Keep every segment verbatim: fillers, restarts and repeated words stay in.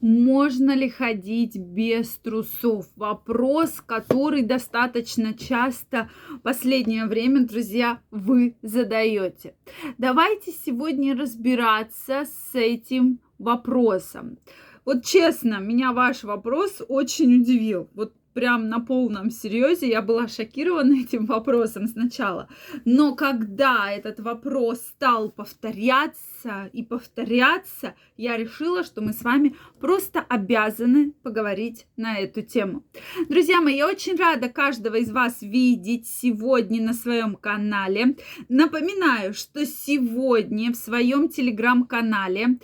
Можно ли ходить без трусов? Вопрос, который достаточно часто в последнее время, друзья, вы задаете. Давайте сегодня разбираться с этим вопросом. Вот честно, меня ваш вопрос очень удивил. Вот прям на полном серьезе я была шокирована этим вопросом сначала. Но когда этот вопрос стал повторяться и повторяться, я решила, что мы с вами просто обязаны поговорить на эту тему. Друзья мои, я очень рада каждого из вас видеть сегодня на своем канале. Напоминаю, что сегодня в своем телеграм-канале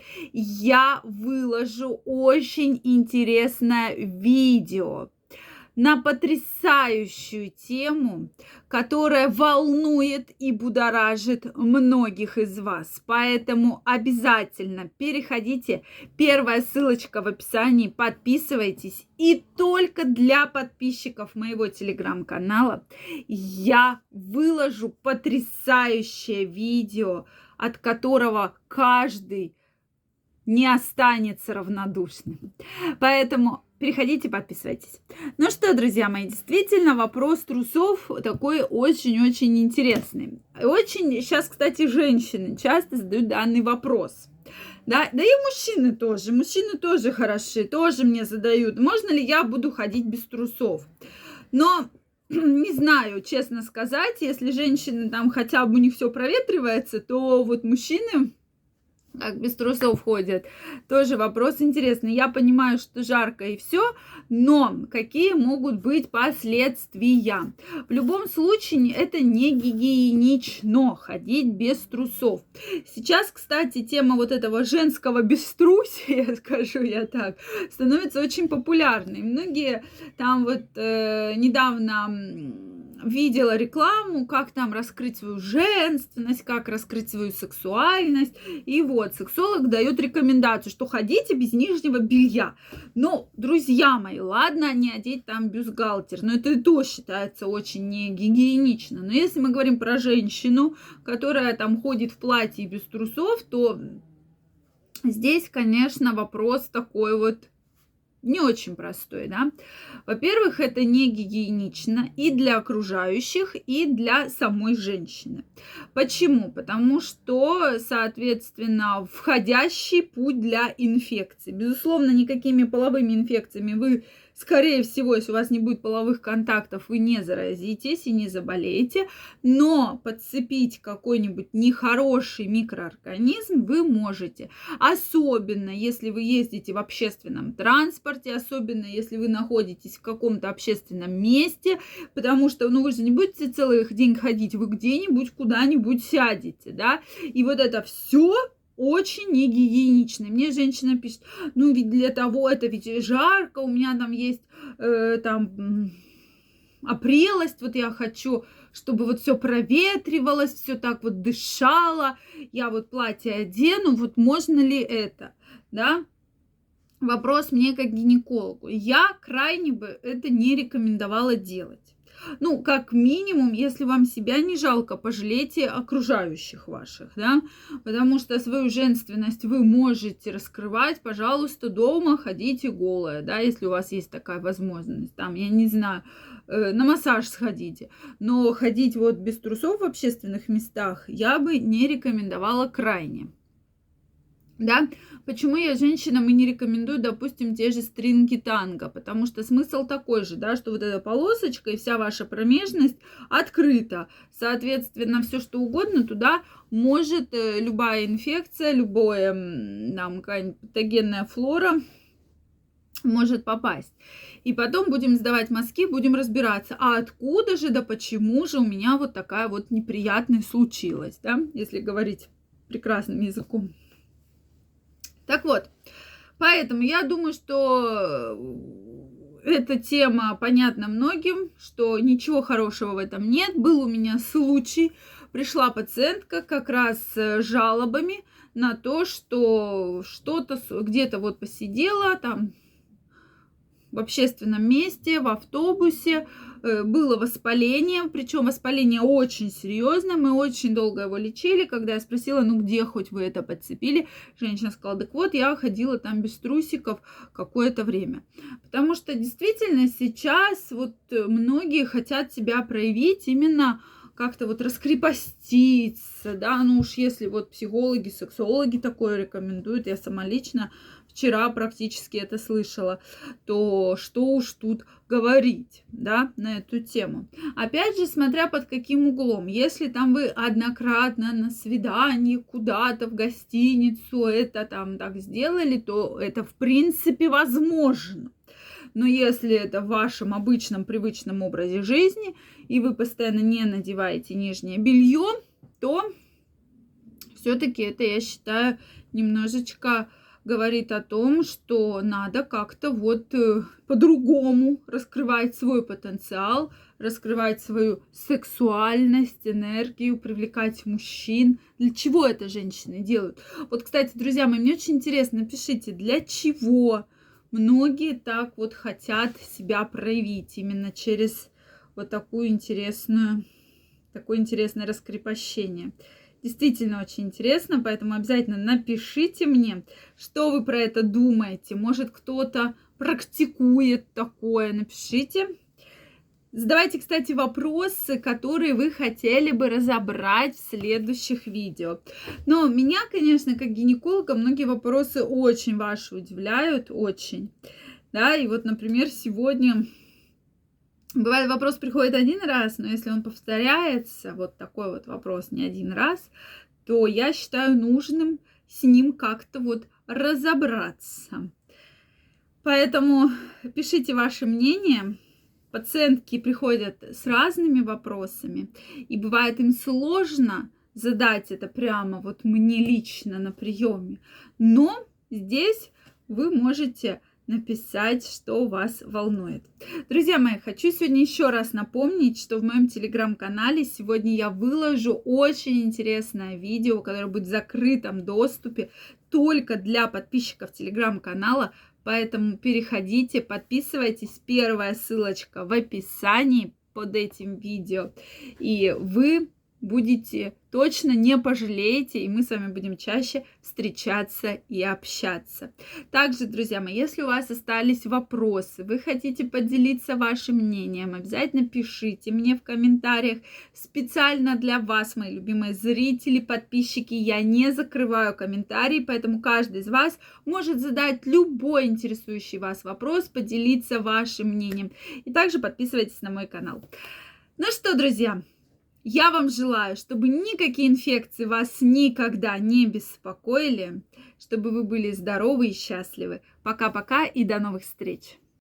я выложу очень интересное видео на потрясающую тему, которая волнует и будоражит многих из вас. Поэтому обязательно переходите. Первая ссылочка в описании. Подписывайтесь. И только для подписчиков моего телеграм-канала я выложу потрясающее видео, от которого каждый не останется равнодушным. Поэтому переходите, подписывайтесь. Ну что, друзья мои, действительно, вопрос трусов такой очень-очень интересный. Очень сейчас, кстати, женщины часто задают данный вопрос. Да, да и мужчины тоже. Мужчины тоже хороши, тоже мне задают. Можно ли я буду ходить без трусов? Но не знаю, честно сказать, если женщины там хотя бы у них все проветривается, то вот мужчины как без трусов ходят. Тоже вопрос интересный. Я понимаю, что жарко и все, но какие могут быть последствия? В любом случае, это не гигиенично ходить без трусов. Сейчас, кстати, тема вот этого женского беструсия, скажу я так, становится очень популярной. Многие там вот э, недавно видела рекламу, как там раскрыть свою женственность, как раскрыть свою сексуальность. И вот, сексолог дает рекомендацию, что ходите без нижнего белья. Но, друзья мои, ладно, не одеть там бюстгальтер, но это и то считается очень не гигиенично. Но если мы говорим про женщину, которая там ходит в платье без трусов, то здесь, конечно, вопрос такой вот не очень простой, да. Во-первых, это не гигиенично и для окружающих, и для самой женщины. Почему? Потому что, соответственно, входящий путь для инфекций. Безусловно, никакими половыми инфекциями вы, скорее всего, если у вас не будет половых контактов, вы не заразитесь и не заболеете, но подцепить какой-нибудь нехороший микроорганизм вы можете. Особенно, если вы ездите в общественном транспорте, особенно, если вы находитесь в каком-то общественном месте, потому что, ну, вы же не будете целый день ходить, вы где-нибудь, куда-нибудь сядете, да, и вот это все очень негигиенично. Мне женщина пишет, ну ведь для того, это ведь жарко, у меня там есть э, там опрелость, вот я хочу, чтобы вот все проветривалось, все так вот дышало, я вот платье одену, вот можно ли это, да? Вопрос мне как гинекологу. Я крайне бы это не рекомендовала делать. Ну, как минимум, если вам себя не жалко, пожалейте окружающих ваших, да, потому что свою женственность вы можете раскрывать, пожалуйста, дома ходите голая, да, если у вас есть такая возможность, там, я не знаю, э, на массаж сходите, но ходить вот без трусов в общественных местах я бы не рекомендовала крайне. Да, почему я женщинам и не рекомендую, допустим, те же стринги танго, потому что смысл такой же, да, что вот эта полосочка и вся ваша промежность открыта, соответственно, все что угодно туда может э, любая инфекция, любое там какая-нибудь патогенная флора может попасть. И потом будем сдавать мазки, будем разбираться, а откуда же, да почему же у меня вот такая вот неприятность случилась, да, если говорить прекрасным языком. Так вот, поэтому я думаю, что эта тема понятна многим, что ничего хорошего в этом нет. Был у меня случай, пришла пациентка как раз с жалобами на то, что что-то где-то вот посидела, там в общественном месте, в автобусе, было воспаление, причем воспаление очень серьезное, мы очень долго его лечили. Когда я спросила, ну где хоть вы это подцепили, женщина сказала, так вот, я ходила там без трусиков какое-то время. Потому что действительно сейчас вот многие хотят себя проявить именно как-то вот раскрепоститься, да, ну уж если вот психологи, сексологи такое рекомендуют, я сама лично вчера практически это слышала, то что уж тут говорить, да, на эту тему. Опять же, смотря под каким углом. Если там вы однократно на свидание куда-то в гостиницу это там так сделали, то это в принципе возможно. Но если это в вашем обычном привычном образе жизни, и вы постоянно не надеваете нижнее белье, то все-таки это, я считаю, немножечко говорит о том, что надо как-то вот по-другому раскрывать свой потенциал, раскрывать свою сексуальность, энергию, привлекать мужчин. Для чего это женщины делают? Вот, кстати, друзья мои, мне очень интересно, напишите, для чего многие так вот хотят себя проявить именно через вот такую интересную, такое интересное раскрепощение. Действительно очень интересно, поэтому обязательно напишите мне, что вы про это думаете. Может, кто-то практикует такое. Напишите. Задавайте, кстати, вопросы, которые вы хотели бы разобрать в следующих видео. Но меня, конечно, как гинеколога, многие вопросы очень ваши удивляют, очень. Да, и вот, например, сегодня бывает, вопрос приходит один раз, но если он повторяется, вот такой вот вопрос не один раз, то я считаю нужным с ним как-то вот разобраться. Поэтому пишите ваше мнение. Пациентки приходят с разными вопросами, и бывает им сложно задать это прямо вот мне лично на приеме. Но здесь вы можете написать, что вас волнует. Друзья мои, хочу сегодня еще раз напомнить, что в моем телеграм-канале сегодня я выложу очень интересное видео, которое будет в закрытом доступе только для подписчиков телеграм-канала. Поэтому переходите, подписывайтесь. Первая ссылочка в описании под этим видео. И вы будете точно не пожалеете, и мы с вами будем чаще встречаться и общаться. Также, друзья мои, если у вас остались вопросы, вы хотите поделиться вашим мнением, обязательно пишите мне в комментариях. Специально для вас, мои любимые зрители, подписчики, я не закрываю комментарии, поэтому каждый из вас может задать любой интересующий вас вопрос, поделиться вашим мнением. И также подписывайтесь на мой канал. Ну что, друзья, я вам желаю, чтобы никакие инфекции вас никогда не беспокоили, чтобы вы были здоровы и счастливы. Пока-пока и до новых встреч!